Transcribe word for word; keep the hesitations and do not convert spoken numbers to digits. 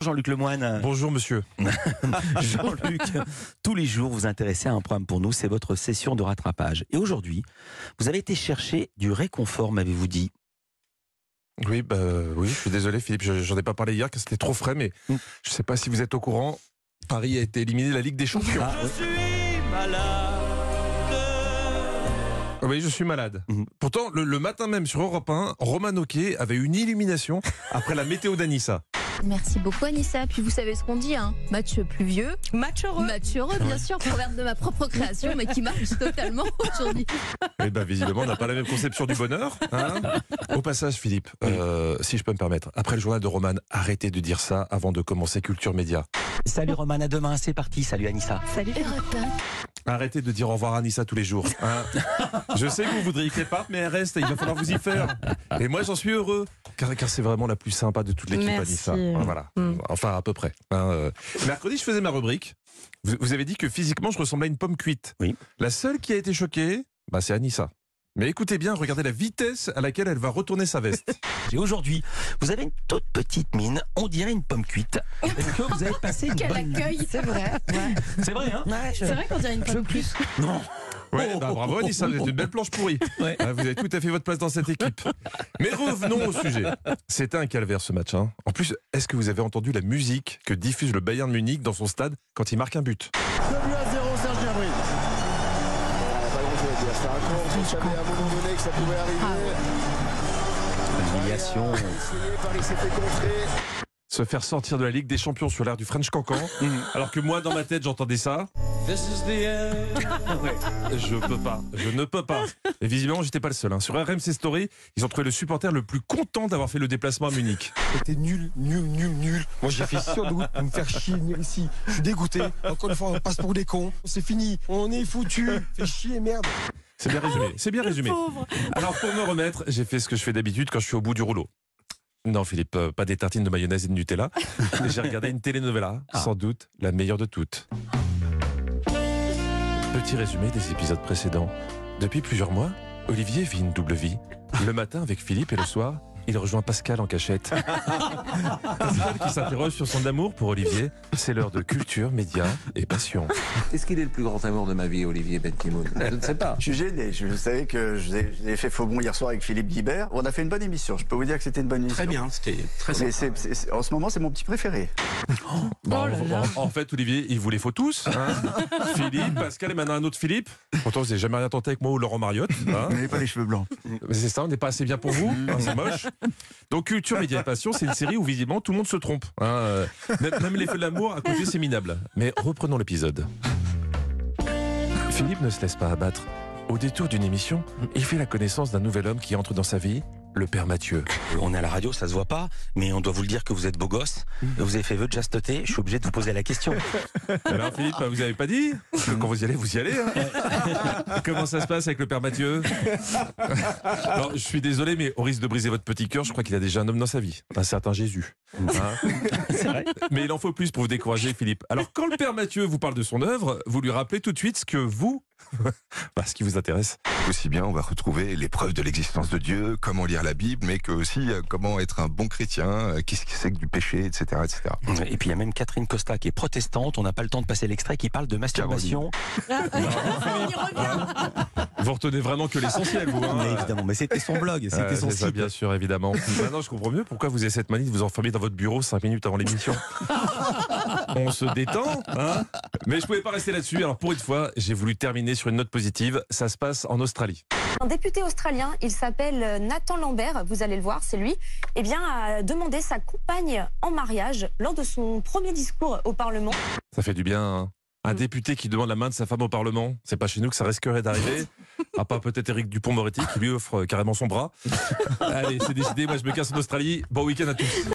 Jean-Luc Lemoine. Bonjour monsieur. Jean-Luc, tous les jours vous intéressez à un programme pour nous, c'est votre session de rattrapage. Et aujourd'hui, vous avez été chercher du réconfort, m'avez-vous dit. Oui, bah, oui, je suis désolé Philippe, je- j'en ai pas parlé hier car c'était trop frais, mais Mm. je sais pas si vous êtes au courant, Paris a été éliminé de la Ligue des Champions. Ah, Je suis malade. Oui, je suis malade. Mhm. Pourtant, le, le matin même sur Europe un, Roman Wauquiez avait une illumination après la météo d'Anissa. Merci beaucoup Anissa. Puis vous savez ce qu'on dit, hein. Match pluvieux, Match heureux. match heureux, bien sûr, proverbe de ma propre création, mais qui marche totalement aujourd'hui. Eh ben, visiblement, on n'a pas la même conception du bonheur. Hein. Au passage, Philippe, euh, si je peux me permettre, après le journal de Roman, arrêtez de dire ça avant de commencer Culture Média. Salut Roman, à demain, c'est parti. Salut Anissa. Salut. Arrêtez de dire au revoir à Anissa tous les jours. Hein. Je sais que vous voudriez qu'elle parte, mais elle reste et il va falloir vous y faire. Et moi, j'en suis heureux, car, car c'est vraiment la plus sympa de toute l'équipe, Merci. Anissa. Voilà. Mm. Enfin, à peu près. Hein, euh. Mercredi, je faisais ma rubrique. Vous, vous avez dit que physiquement, je ressemblais à une pomme cuite. Oui. La seule qui a été choquée, bah, c'est Anissa. Mais écoutez bien, regardez la vitesse à laquelle elle va retourner sa veste. Et aujourd'hui, vous avez une toute petite mine, on dirait une pomme cuite. Est-ce que vous avez passé une Quel bonne nuit? accueil. C'est vrai. Ouais. C'est vrai, hein? Ouais, je- C'est vrai qu'on dirait une pomme plus. Non. Ouais, Oh, bah, oh, bravo oh, Anissa, vous oh, êtes une belle planche pourrie. Ouais. Ah, vous avez tout à fait votre place dans cette équipe. Mais revenons au sujet. C'était un calvaire ce match. Hein. En plus, est-ce que vous avez entendu la musique que diffuse le Bayern de Munich dans son stade quand il marque un but? deux buts à zéro, Serge Gnabry. Pas grand-chose à dire. C'est un corps, on savait à un moment donné que ça pouvait arriver. Humiliation. Essayé, Paris s'est fait contrer. Se faire sortir de la Ligue des Champions sur l'air du French Cancan, alors que moi, dans ma tête, j'entendais ça. This is the end. Je peux pas, je ne peux pas. Et visiblement, j'étais pas le seul. Hein. Sur R M C Story, ils ont trouvé le supporter le plus content d'avoir fait le déplacement à Munich. C'était nul, nul, nul, nul. Moi j'ai fait sur de route pour me faire chier venir ici. Je suis dégoûté. Encore une fois, on passe pour des cons. C'est fini. On est foutu. Fait chier, merde. C'est bien résumé. C'est bien résumé. Pauvre. Alors pour me remettre, j'ai fait ce que je fais d'habitude quand je suis au bout du rouleau. Non Philippe, euh, pas des tartines de mayonnaise et de Nutella. J'ai regardé une telenovela, Ah. sans doute la meilleure de toutes. Petit résumé des épisodes précédents. Depuis plusieurs mois, Olivier vit une double vie. Le matin avec Philippe et le soir, il rejoint Pascal en cachette. Pascal qui s'interroge sur son amour pour Olivier. C'est l'heure de culture, médias et passion. Est-ce qu'il est le plus grand amour de ma vie, Olivier Benkemoun? Je ne sais pas. Je suis gêné. Je savais que j'ai j'ai fait faux bon hier soir avec Philippe Guibert. On a fait une bonne émission. Je peux vous dire que c'était une bonne émission. Très bien, c'était très Mais sympa. c'est- c'est- en ce moment, c'est mon petit préféré. Bon, Oh là là. en, en fait, Olivier, il vous les faut tous. Hein. Philippe, Pascal et maintenant un autre Philippe. Pourtant, vous n'avez jamais rien tenté avec moi ou Laurent Mariotte. Hein. Vous n'avez pas les cheveux blancs. Mais c'est ça, on n'est pas assez bien pour vous. Hein, c'est moche. Donc, Culture, Média et Passion, c'est une série où visiblement tout le monde se trompe. Hein. Euh, Même, même les feux de l'amour, à côté, c'est minable. Mais reprenons l'épisode. Philippe ne se laisse pas abattre. Au détour d'une émission, il fait la connaissance d'un nouvel homme qui entre dans sa vie, le père Mathieu. On est à la radio, ça se voit pas, mais on doit vous le dire que vous êtes beau gosse. Vous avez fait vœu de chasteté, je suis obligé de vous poser la question. Alors Philippe, vous n'avez pas dit que quand vous y allez, vous y allez. Hein. Comment ça se passe avec le père Mathieu? Alors, je suis désolé, mais au risque de briser votre petit cœur, je crois qu'il a déjà un homme dans sa vie, un certain Jésus. Hein. C'est vrai. Mais il en faut plus pour vous décourager, Philippe. Alors quand le père Mathieu vous parle de son œuvre, vous lui rappelez tout de suite ce que vous, bah, ce qui vous intéresse. Aussi bien, on va retrouver les preuves de l'existence de Dieu, comment lire la Bible, mais que aussi euh, comment être un bon chrétien, euh, qu'est-ce que c'est que du péché, et cetera, et cetera. Et puis il y a même Catherine Costa qui est protestante, on n'a pas le temps de passer l'extrait, qui parle de masturbation. On y revient. Vous retenez vraiment que l'essentiel, vous. Hein. Mais évidemment, mais c'était son blog, c'était Ouais, son c'est ça, site. bien sûr, évidemment. Maintenant, je comprends mieux pourquoi vous avez cette manie de vous enfermer dans votre bureau cinq minutes avant l'émission. On se détend, hein. Mais je pouvais pas rester là-dessus. Alors pour une fois, j'ai voulu terminer sur une note positive. Ça se passe en Australie. Un député australien, il s'appelle Nathan Lambert, vous allez le voir, c'est lui, eh bien, a demandé sa compagne en mariage lors de son premier discours au Parlement. Ça fait du bien. Hein. Un député qui demande la main de sa femme au Parlement, c'est pas chez nous que ça risquerait d'arriver. À part peut-être Éric Dupond-Moretti qui lui offre carrément son bras. Allez, c'est décidé. Moi, je me casse en Australie. Bon week-end à tous.